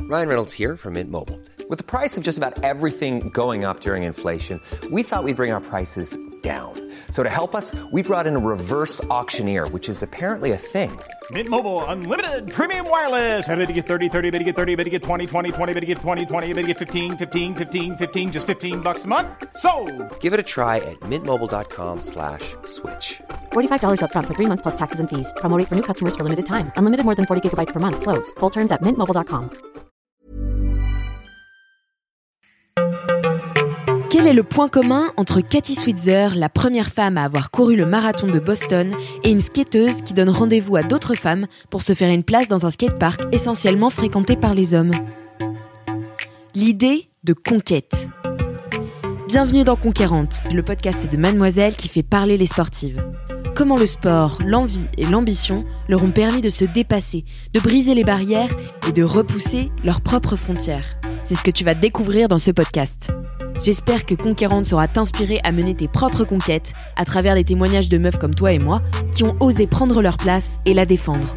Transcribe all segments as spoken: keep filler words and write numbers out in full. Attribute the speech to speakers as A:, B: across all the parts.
A: Ryan Reynolds here from Mint Mobile. With the price of just about everything going up during inflation, we thought we'd bring our prices down. So to help us, we brought in a reverse auctioneer, which is apparently a thing.
B: Mint Mobile Unlimited Premium Wireless. How to get thirty, thirty, how to get thirty, how to get twenty, twenty, twenty, how to get twenty, twenty, how to get fifteen, fifteen, fifteen, fifteen, just fifteen bucks a month? Sold!
A: Give it a try at mintmobile.com slash switch.
C: forty-five dollars up front for three months plus taxes and fees. Promo rate for new customers for limited time. Unlimited more than forty gigabytes per month. Slows full terms at mint mobile dot com.
D: Quel est le point commun entre Katie Switzer, la première femme à avoir couru le marathon de Boston, et une skateuse qui donne rendez-vous à d'autres femmes pour se faire une place dans un skatepark essentiellement fréquenté par les hommes? L'idée de conquête. Bienvenue dans Conquérante, le podcast de Mademoiselle qui fait parler les sportives. Comment le sport, l'envie et l'ambition leur ont permis de se dépasser, de briser les barrières et de repousser leurs propres frontières. C'est ce que tu vas découvrir dans ce podcast. J'espère que Conquérante saura t'inspirer à mener tes propres conquêtes à travers les témoignages de meufs comme toi et moi qui ont osé prendre leur place et la défendre.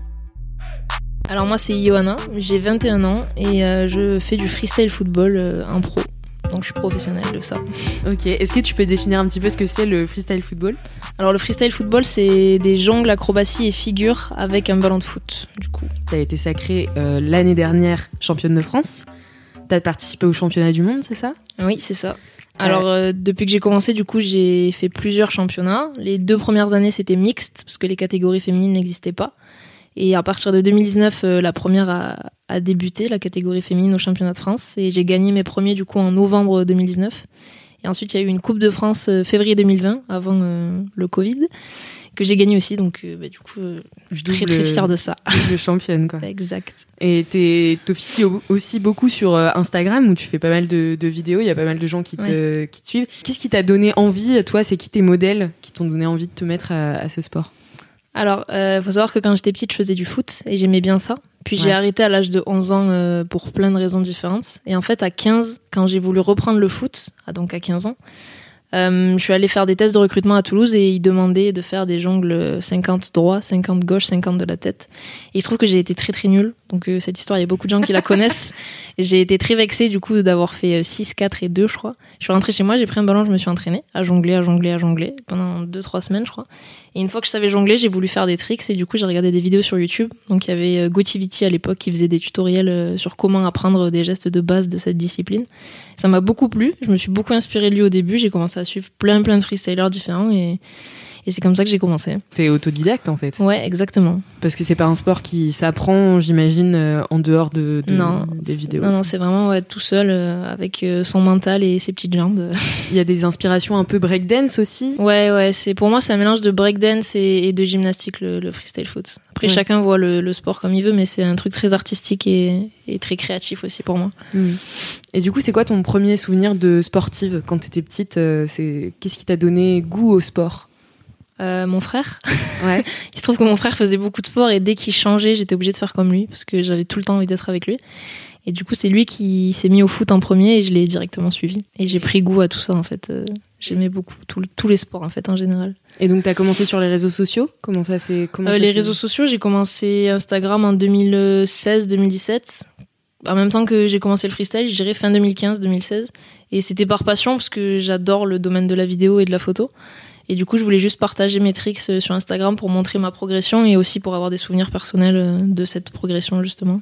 E: Alors moi c'est Johanna, j'ai vingt et un ans et euh, je fais du freestyle football euh, en pro. Donc je suis professionnelle de ça.
D: Ok, est-ce que tu peux définir un petit peu ce que c'est le freestyle football ?
E: Alors le freestyle football c'est des jongles, acrobaties et figures avec un ballon de foot du coup.
D: T'as été sacrée euh, l'année dernière championne de France. T'as participé au championnat du monde, c'est ça ?
E: Oui, c'est ça. Alors, euh, depuis que j'ai commencé, du coup, j'ai fait plusieurs championnats. Les deux premières années, c'était mixte, parce que les catégories féminines n'existaient pas. Et à partir de deux mille dix-neuf, euh, la première a, a débuté, la catégorie féminine au championnat de France. Et j'ai gagné mes premiers, du coup, en novembre deux mille dix-neuf. Et ensuite, il y a eu une Coupe de France euh, février deux mille vingt, avant euh, le Covid, que j'ai gagné aussi. Donc, euh, bah, du coup, euh, je suis très, très fière de ça.
D: Double championne, quoi.
E: Exact.
D: Et t'es, t'officies aussi beaucoup sur Instagram où tu fais pas mal de, de vidéos, il y a pas mal de gens qui te, ouais. qui te suivent. Qu'est-ce qui t'a donné envie, toi, c'est qui tes modèles qui t'ont donné envie de te mettre à, à ce sport ?
E: Alors, il euh, faut savoir que quand j'étais petite, je faisais du foot et j'aimais bien ça. Puis ouais. j'ai arrêté à l'âge de onze ans euh, pour plein de raisons différentes. Et en fait, à quinze, quand j'ai voulu reprendre le foot, donc à quinze ans, Euh, je suis allée faire des tests de recrutement à Toulouse et ils demandaient de faire des jongles cinquante droit, cinquante gauche, cinquante de la tête. Et il se trouve que j'ai été très très nulle. Donc euh, cette histoire, il y a beaucoup de gens qui la connaissent. Et j'ai été très vexée du coup d'avoir fait six, quatre et deux, je crois. Je suis rentrée chez moi, j'ai pris un ballon, je me suis entraînée à jongler, à jongler, à jongler pendant deux, trois semaines, je crois. Et une fois que je savais jongler, j'ai voulu faire des tricks et du coup j'ai regardé des vidéos sur YouTube. Donc il y avait Gotiviti à l'époque qui faisait des tutoriels sur comment apprendre des gestes de base de cette discipline. Ça m'a beaucoup plu, je me suis beaucoup inspirée de lui au début, j'ai commencé à suivre plein plein de freestylers différents et, et c'est comme ça que j'ai commencé.
D: T'es autodidacte en fait ?
E: Ouais, exactement.
D: Parce que c'est pas un sport qui s'apprend, j'imagine, euh, en dehors de, de
E: non,
D: des vidéos.
E: Non, non, c'est vraiment ouais, tout seul, euh, avec euh, son mental et ses petites jambes.
D: Il y a des inspirations un peu breakdance aussi ?
E: Ouais, ouais, c'est, pour moi c'est un mélange de breakdance et, et de gymnastique, le, le freestyle foot. Après, ouais. chacun voit le, le sport comme il veut, mais c'est un truc très artistique et, et très créatif aussi pour moi.
D: Mmh. Et du coup, c'est quoi ton premier souvenir de sportive quand t'étais petite ? euh, c'est... Qu'est-ce qui t'a donné goût au sport ?
E: Euh, mon frère.
D: Ouais.
E: Il se trouve que mon frère faisait beaucoup de sport et dès qu'il changeait, j'étais obligée de faire comme lui parce que j'avais tout le temps envie d'être avec lui. Et du coup, c'est lui qui s'est mis au foot en premier et je l'ai directement suivi. Et j'ai pris goût à tout ça en fait. Euh, j'aimais beaucoup tout, tous les sports en fait en général.
D: Et donc, t'as commencé sur les réseaux sociaux ? Comment ça s'est comment
E: euh,
D: ça
E: Les
D: s'est...
E: réseaux sociaux, j'ai commencé Instagram en deux mille seize deux mille dix-sept. En même temps que j'ai commencé le freestyle, je dirais fin deux mille quinze deux mille seize. Et c'était par passion parce que j'adore le domaine de la vidéo et de la photo. Et du coup, je voulais juste partager mes tricks sur Instagram pour montrer ma progression et aussi pour avoir des souvenirs personnels de cette progression, justement.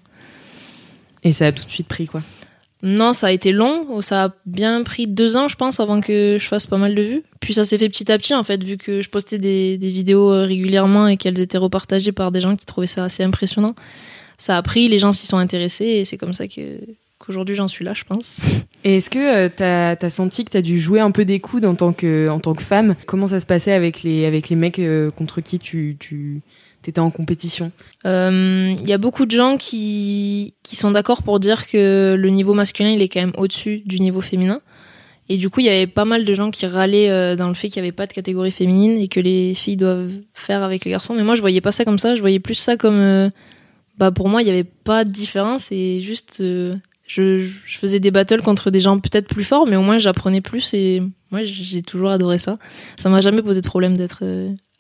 D: Et ça a tout de suite pris, quoi ?
E: Non, ça a été long. Ça a bien pris deux ans, je pense, avant que je fasse pas mal de vues. Puis ça s'est fait petit à petit, en fait, vu que je postais des, des vidéos régulièrement et qu'elles étaient repartagées par des gens qui trouvaient ça assez impressionnant. Ça a pris, les gens s'y sont intéressés et c'est comme ça que... qu'aujourd'hui j'en suis là, je pense.
D: Et est-ce que euh, t'as, t'as senti que t'as dû jouer un peu des coudes en tant que, en tant que femme ? Comment ça se passait avec les, avec les mecs euh, contre qui tu, tu t'étais en compétition ? Il
E: euh, y a beaucoup de gens qui, qui sont d'accord pour dire que le niveau masculin il est quand même au-dessus du niveau féminin. Et du coup, il y avait pas mal de gens qui râlaient euh, dans le fait qu'il n'y avait pas de catégorie féminine et que les filles doivent faire avec les garçons. Mais moi, je voyais pas ça comme ça. Je voyais plus ça comme... Euh, bah pour moi, il n'y avait pas de différence et juste... Euh, Je, je faisais des battles contre des gens peut-être plus forts, mais au moins j'apprenais plus et moi j'ai toujours adoré ça. Ça m'a jamais posé de problème d'être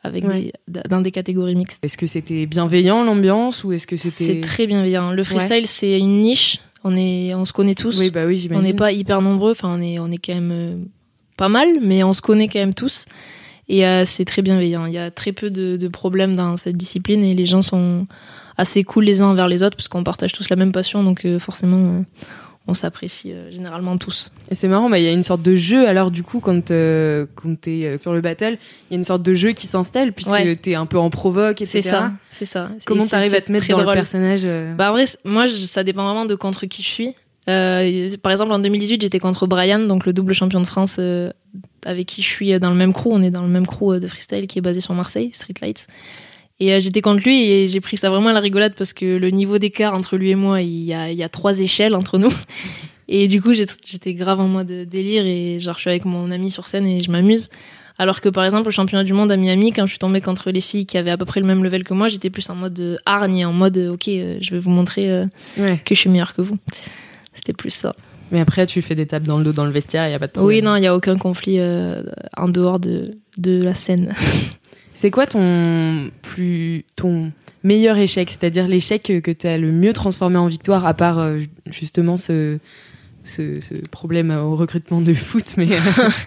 E: avec
D: Ouais.
E: des, dans des catégories mixtes.
D: Est-ce que c'était bienveillant l'ambiance ou est-ce que c'était...
E: C'est très bienveillant. Le freestyle, ouais. c'est une niche. On est, on se connaît tous.
D: Oui, bah oui, j'imagine.
E: On n'est pas hyper nombreux. Enfin, on est, on est quand même euh, pas mal, mais on se connaît quand même tous. Et euh, c'est très bienveillant. Il y a très peu de, de problèmes dans cette discipline et les gens sont assez cool les uns envers les autres parce qu'on partage tous la même passion. Donc euh, forcément, euh, on s'apprécie euh, généralement tous.
D: Et c'est marrant, bah, y a une sorte de jeu. Alors du coup, quand, euh, quand t'es euh, sur le battle, il y a une sorte de jeu qui s'installe puisque ouais. t'es un peu en provoque, et cetera.
E: C'est ça, c'est ça.
D: Comment t'arrives à te mettre dans drôle. le personnage euh...
E: Bah en vrai, moi, je, ça dépend vraiment de contre qui je suis. Euh, par exemple, en deux mille dix-huit, j'étais contre Brian, donc le double champion de France, euh, avec qui je suis dans le même crew. On est dans le même crew de freestyle qui est basé sur Marseille, Streetlights. Et euh, j'étais contre lui et j'ai pris ça vraiment à la rigolade parce que le niveau d'écart entre lui et moi, il y a, il y a trois échelles entre nous. Et du coup, j'étais grave en mode délire et genre je suis avec mon ami sur scène et je m'amuse. Alors que par exemple, au championnat du monde à Miami, quand je suis tombée contre les filles qui avaient à peu près le même level que moi, j'étais plus en mode hargne et en mode ok, je vais vous montrer euh, ouais. que je suis meilleure que vous. C'était plus ça.
D: Mais après, tu fais des tapes dans le dos dans le vestiaire, il n'y a pas de problème.
E: Oui, non, il n'y a aucun conflit euh, en dehors de, de la scène.
D: C'est quoi ton, plus, ton meilleur échec ? C'est-à-dire l'échec que tu as le mieux transformé en victoire, à part euh, justement ce, ce, ce problème au recrutement de foot mais...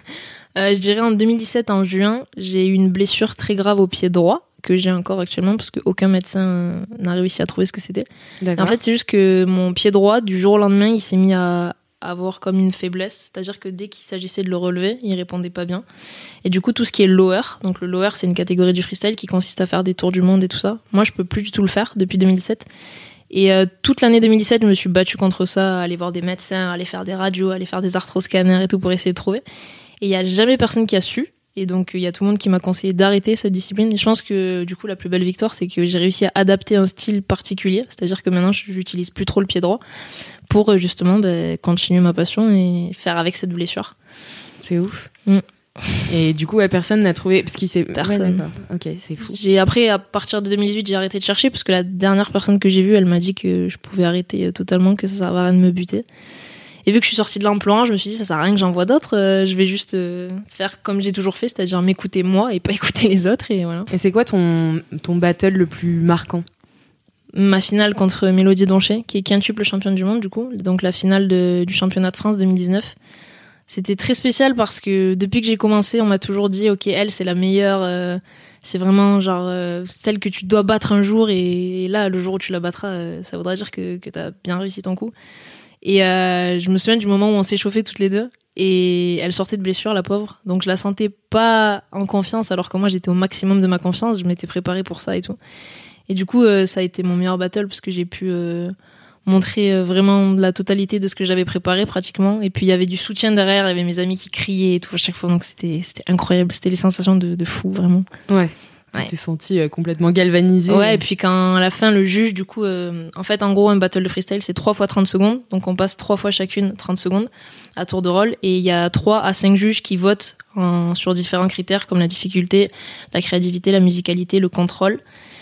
E: euh, Je dirais en deux mille dix-sept, en juin, j'ai eu une blessure très grave au pied droit, que j'ai encore actuellement, parce qu'aucun médecin n'a réussi à trouver ce que c'était. En fait, c'est juste que mon pied droit, du jour au lendemain, il s'est mis à avoir comme une faiblesse, c'est-à-dire que dès qu'il s'agissait de le relever, il répondait pas bien. Et du coup, tout ce qui est lower, donc le lower, c'est une catégorie du freestyle qui consiste à faire des tours du monde et tout ça. Moi, je peux plus du tout le faire depuis deux mille dix-sept. Et euh, toute l'année deux mille dix-sept, je me suis battue contre ça, aller voir des médecins, aller faire des radios, aller faire des arthroscanners et tout pour essayer de trouver. Et il y a jamais personne qui a su. Et donc, il y a tout le monde qui m'a conseillé d'arrêter cette discipline. Et je pense que, du coup, la plus belle victoire, c'est que j'ai réussi à adapter un style particulier. C'est-à-dire que maintenant, j'utilise plus trop le pied droit pour, justement, bah, continuer ma passion et faire avec cette blessure.
D: C'est ouf.
E: Mm.
D: Et du coup, ouais, personne n'a trouvé... Parce qu'il s'est...
E: Personne.
D: Ouais, ok, c'est fou.
E: J'ai, après, à partir de deux mille dix-huit, j'ai arrêté de chercher parce que la dernière personne que j'ai vue, elle m'a dit que je pouvais arrêter totalement, que ça ne servait à rien de me buter. Et vu que je suis sortie de l'emploi, je me suis dit, ça sert à rien que j'en vois d'autres, euh, je vais juste euh, faire comme j'ai toujours fait, c'est-à-dire m'écouter moi et pas écouter les autres. Et voilà.
D: Et c'est quoi ton, ton battle le plus marquant ?
E: Ma finale contre Mélodie Donché, qui est quintuple championne du monde, du coup, donc la finale de, du championnat de France deux mille dix-neuf. C'était très spécial parce que depuis que j'ai commencé, on m'a toujours dit, ok, elle, c'est la meilleure, euh, c'est vraiment genre euh, celle que tu dois battre un jour, et, et là, le jour où tu la battras, euh, ça voudra dire que, que t'as bien réussi ton coup. Et euh, je me souviens du moment où on s'est chauffé toutes les deux et elle sortait de blessure, la pauvre, donc je la sentais pas en confiance alors que moi j'étais au maximum de ma confiance, je m'étais préparée pour ça et tout. Et du coup euh, ça a été mon meilleur battle parce que j'ai pu euh, montrer euh, vraiment la totalité de ce que j'avais préparé pratiquement, et puis il y avait du soutien derrière, il y avait mes amis qui criaient et tout à chaque fois, donc c'était, c'était incroyable, c'était les sensations de, de fou vraiment.
D: Ouais.
E: Ouais.
D: Tu t'es senti euh, complètement galvanisé.
E: Ouais, et puis quand à la fin, le juge, du coup, euh, en fait, en gros, un battle de freestyle, c'est trois fois trente secondes. Donc on passe trois fois chacune trente secondes à tour de rôle. Et il y a trois à cinq juges qui votent en, sur différents critères comme la difficulté, la créativité, la musicalité, le contrôle.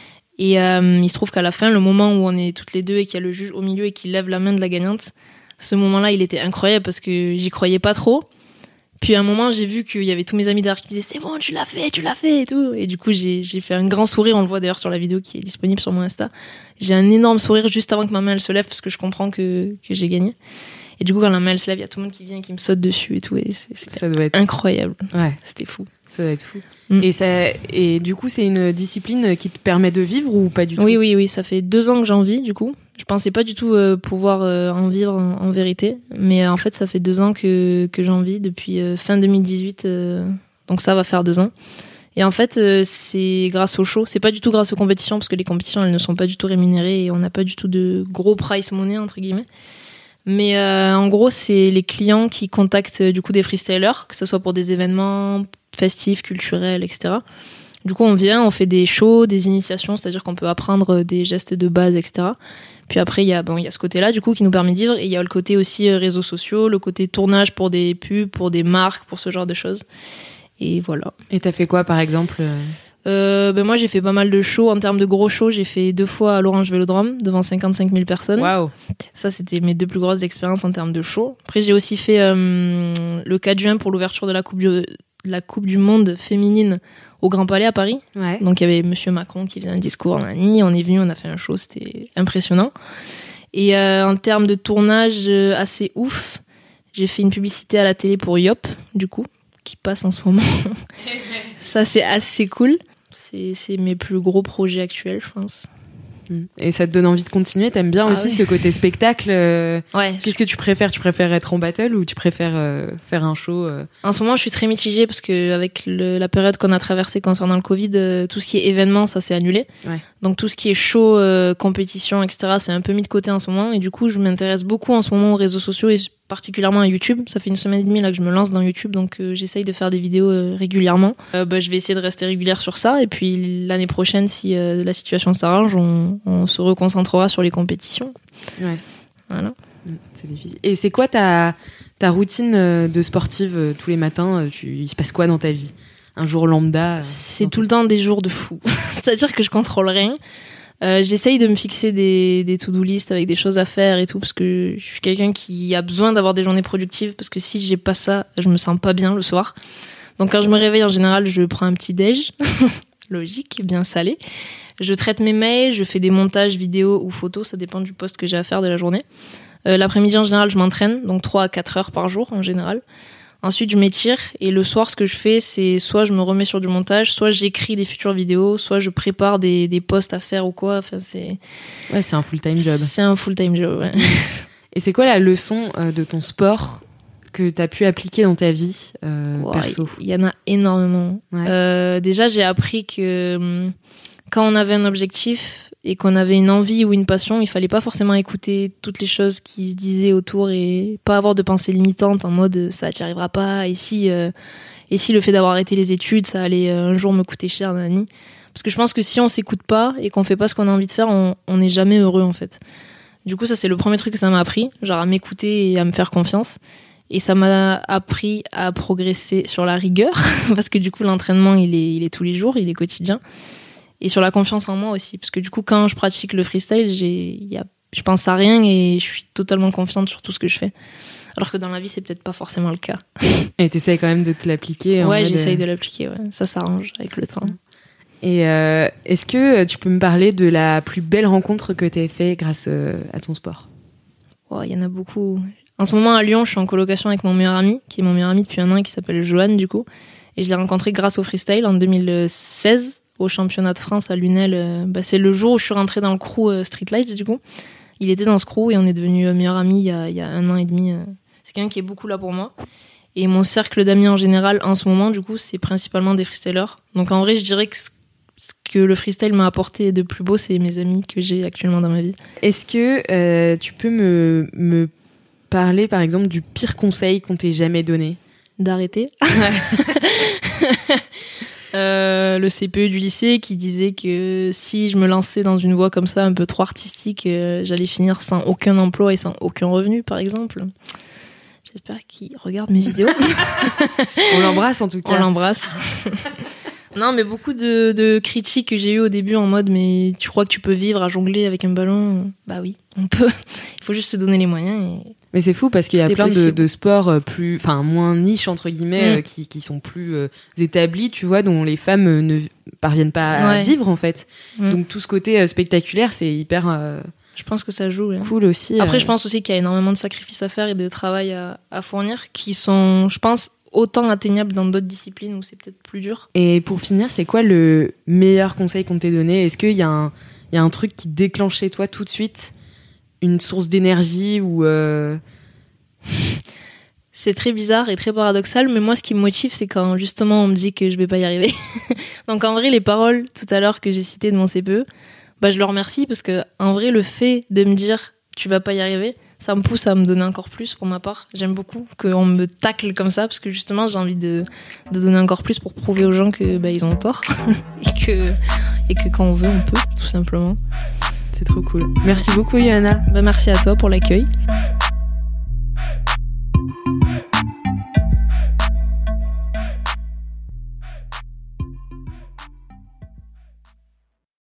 E: Et euh, il se trouve qu'à la fin, le moment où on est toutes les deux et qu'il y a le juge au milieu et qu'il lève la main de la gagnante, ce moment-là, il était incroyable parce que j'y croyais pas trop. Puis à un moment, j'ai vu qu'il y avait tous mes amis derrière qui disaient « C'est bon, tu l'as fait, tu l'as fait » et tout. Et du coup, j'ai, j'ai fait un grand sourire. On le voit d'ailleurs sur la vidéo qui est disponible sur mon Insta. J'ai un énorme sourire juste avant que ma main elle se lève parce que je comprends que, que j'ai gagné. Et du coup, quand la main elle se lève, il y a tout le monde qui vient et qui me saute dessus et tout. Et c'est, c'était
D: ça doit être
E: incroyable.
D: Ouais.
E: C'était fou.
D: Ça doit être fou.
E: Mm.
D: Et, ça, et du coup, c'est une discipline qui te permet de vivre ou pas du tout ?
E: Oui, oui, oui. Ça fait deux ans que j'en vis, du coup. Je pensais pas du tout euh, pouvoir euh, en vivre en, en vérité. Mais euh, en fait, ça fait deux ans que, que j'en vis, depuis euh, fin deux mille dix-huit. Euh, donc ça va faire deux ans. Et en fait, euh, c'est grâce au show. C'est pas du tout grâce aux compétitions, parce que les compétitions, elles ne sont pas du tout rémunérées et on n'a pas du tout de gros price money, entre guillemets. Mais euh, en gros, c'est les clients qui contactent du coup des freestylers, que ce soit pour des événements festifs, culturels, et cetera. Du coup, on vient, on fait des shows, des initiations, c'est-à-dire qu'on peut apprendre des gestes de base, et cetera. Puis après, il y a, bon, il y a ce côté-là, du coup, qui nous permet de vivre. Et il y a le côté aussi réseaux sociaux, le côté tournage pour des pubs, pour des marques, pour ce genre de choses. Et voilà.
D: Et t'as fait quoi, par exemple ?
E: euh, ben Moi, j'ai fait pas mal de shows. En termes de gros shows, j'ai fait deux fois à l'Orange Vélodrome, devant cinquante-cinq mille personnes.
D: Waouh.
E: Ça, c'était mes deux plus grosses expériences en termes de shows. Après, j'ai aussi fait euh, le quatre juin pour l'ouverture de la Coupe du... la Coupe du Monde féminine au Grand Palais à Paris.
D: Ouais.
E: Donc il y avait Monsieur Macron qui faisait un discours, on, a mis, on est venu, on a fait un show, c'était impressionnant. Et euh, en termes de tournage euh, assez ouf, j'ai fait une publicité à la télé pour Yop, du coup, qui passe en ce moment. Ça, c'est assez cool. C'est, c'est mes plus gros projets actuels, je pense.
D: Et ça te donne envie de continuer? T'aimes bien ah aussi oui. ce côté spectacle euh,
E: ouais.
D: Qu'est-ce que tu préfères? Tu préfères être en battle ou tu préfères euh, faire un show euh...
E: En ce moment, je suis très mitigée parce que avec le, la période qu'on a traversée concernant le Covid, euh, tout ce qui est événement, ça s'est annulé.
D: Ouais.
E: Donc tout ce qui est show, euh, compétition, et cetera, c'est un peu mis de côté en ce moment. Et du coup, je m'intéresse beaucoup en ce moment aux réseaux sociaux et particulièrement à YouTube. Ça fait une semaine et demie là que je me lance dans YouTube, donc euh, j'essaye de faire des vidéos euh, régulièrement. Euh, bah, je vais essayer de rester régulière sur ça. Et puis l'année prochaine, si euh, la situation s'arrange, on, on se reconcentrera sur les compétitions.
D: Ouais.
E: Voilà.
D: C'est difficile. Et c'est quoi ta, ta routine de sportive euh, tous les matins? tu, Il se passe quoi dans ta vie? Un jour lambda? Euh,
E: c'est tout le temps des jours de fou. C'est-à-dire que je contrôle rien. Euh, j'essaye de me fixer des, des to-do list avec des choses à faire et tout, parce que je suis quelqu'un qui a besoin d'avoir des journées productives, parce que si j'ai pas ça, je me sens pas bien le soir. Donc quand je me réveille, en général, je prends un petit déj, logique, bien salé. Je traite mes mails, je fais des montages vidéo ou photos, ça dépend du poste que j'ai à faire de la journée. Euh, l'après-midi, en général, je m'entraîne, donc trois à quatre heures par jour, en général. Ensuite, je m'étire et le soir, ce que je fais, c'est soit je me remets sur du montage, soit j'écris des futures vidéos, soit je prépare des, des posts à faire ou quoi. Enfin, c'est...
D: Ouais, c'est un full-time job.
E: C'est un full-time job, ouais.
D: Et c'est quoi la leçon euh, de ton sport que tu as pu appliquer dans ta vie euh, wow, perso?
E: Il y, y en a énormément.
D: Ouais.
E: Euh, déjà, j'ai appris que hum, quand on avait un objectif et qu'on avait une envie ou une passion, il fallait pas forcément écouter toutes les choses qui se disaient autour et pas avoir de pensées limitantes en mode ça t'y arrivera pas, et si, euh, et si le fait d'avoir arrêté les études ça allait euh, un jour me coûter cher, nanani. Parce que je pense que si on s'écoute pas et qu'on fait pas ce qu'on a envie de faire, on, on n'est jamais heureux en fait. Du coup ça c'est le premier truc que ça m'a appris, genre à m'écouter et à me faire confiance. Et ça m'a appris à progresser sur la rigueur parce que du coup l'entraînement il est, il est tous les jours, il est quotidien. Et sur la confiance en moi aussi, parce que du coup, quand je pratique le freestyle, j'ai, y a, je pense à rien et je suis totalement confiante sur tout ce que je fais. Alors que dans la vie, c'est peut-être pas forcément le cas.
D: Et t'essayes quand même de te l'appliquer?
E: Ouais, j'essaye de... de l'appliquer, ouais. Ça s'arrange avec le temps.
D: Et euh, est-ce que tu peux me parler de la plus belle rencontre que t'aies faite grâce euh, à ton sport?
E: Oh, y en a beaucoup. En ce moment, à Lyon, je suis en colocation avec mon meilleur ami, qui est mon meilleur ami depuis un an, qui s'appelle Johan, du coup. Et je l'ai rencontré grâce au freestyle en deux mille seize. Au championnat de France à Lunel, euh, bah c'est le jour où je suis rentrée dans le crew euh, Streetlights du coup. Il était dans ce crew et on est devenus euh, meilleurs amis il y a, il y a un an et demi. Euh. C'est quelqu'un qui est beaucoup là pour moi. Et mon cercle d'amis en général en ce moment du coup c'est principalement des freestylers. Donc en vrai je dirais que ce que le freestyle m'a apporté de plus beau c'est mes amis que j'ai actuellement dans ma vie.
D: Est-ce que euh, tu peux me, me parler par exemple du pire conseil qu'on t'ait jamais donné?
E: D'arrêter. Euh, le C P E du lycée qui disait que si je me lançais dans une voie comme ça un peu trop artistique, euh, j'allais finir sans aucun emploi et sans aucun revenu par exemple. J'espère qu'il regarde mes vidéos.
D: On l'embrasse en tout cas.
E: On l'embrasse. Non mais beaucoup de, de critiques que j'ai eues au début en mode mais tu crois que tu peux vivre à jongler avec un ballon? Bah oui, on peut. Il faut juste se donner les moyens et...
D: Mais c'est fou parce qu'il y a plein de, de sports plus, enfin moins niches entre guillemets, mmh. euh, qui, qui sont plus euh, établis, tu vois, dont les femmes euh, ne parviennent pas à ouais. vivre en fait. Mmh. Donc tout ce côté euh, spectaculaire, c'est hyper. Euh,
E: je pense que ça joue. Ouais.
D: Cool aussi.
E: Après,
D: euh...
E: je pense aussi qu'il y a énormément de sacrifices à faire et de travail à, à fournir, qui sont, je pense, autant atteignables dans d'autres disciplines où c'est peut-être plus dur.
D: Et pour finir, c'est quoi le meilleur conseil qu'on t'ait donné? Est-ce qu'il y a un, il y a un truc qui déclenche chez toi tout de suite une source d'énergie ou euh...
E: C'est très bizarre et très paradoxal, mais moi ce qui me motive c'est quand justement on me dit que je vais pas y arriver. Donc en vrai les paroles tout à l'heure que j'ai citées de mon C P E, bah je le remercie parce que en vrai le fait de me dire tu vas pas y arriver, ça me pousse à me donner encore plus pour ma part. J'aime beaucoup qu'on me tacle comme ça parce que justement j'ai envie de, de donner encore plus pour prouver aux gens que bah, ils ont tort et que et que quand on veut on peut tout simplement.
D: C'est trop cool. Merci beaucoup Johanna.
E: Bah merci à toi pour l'accueil.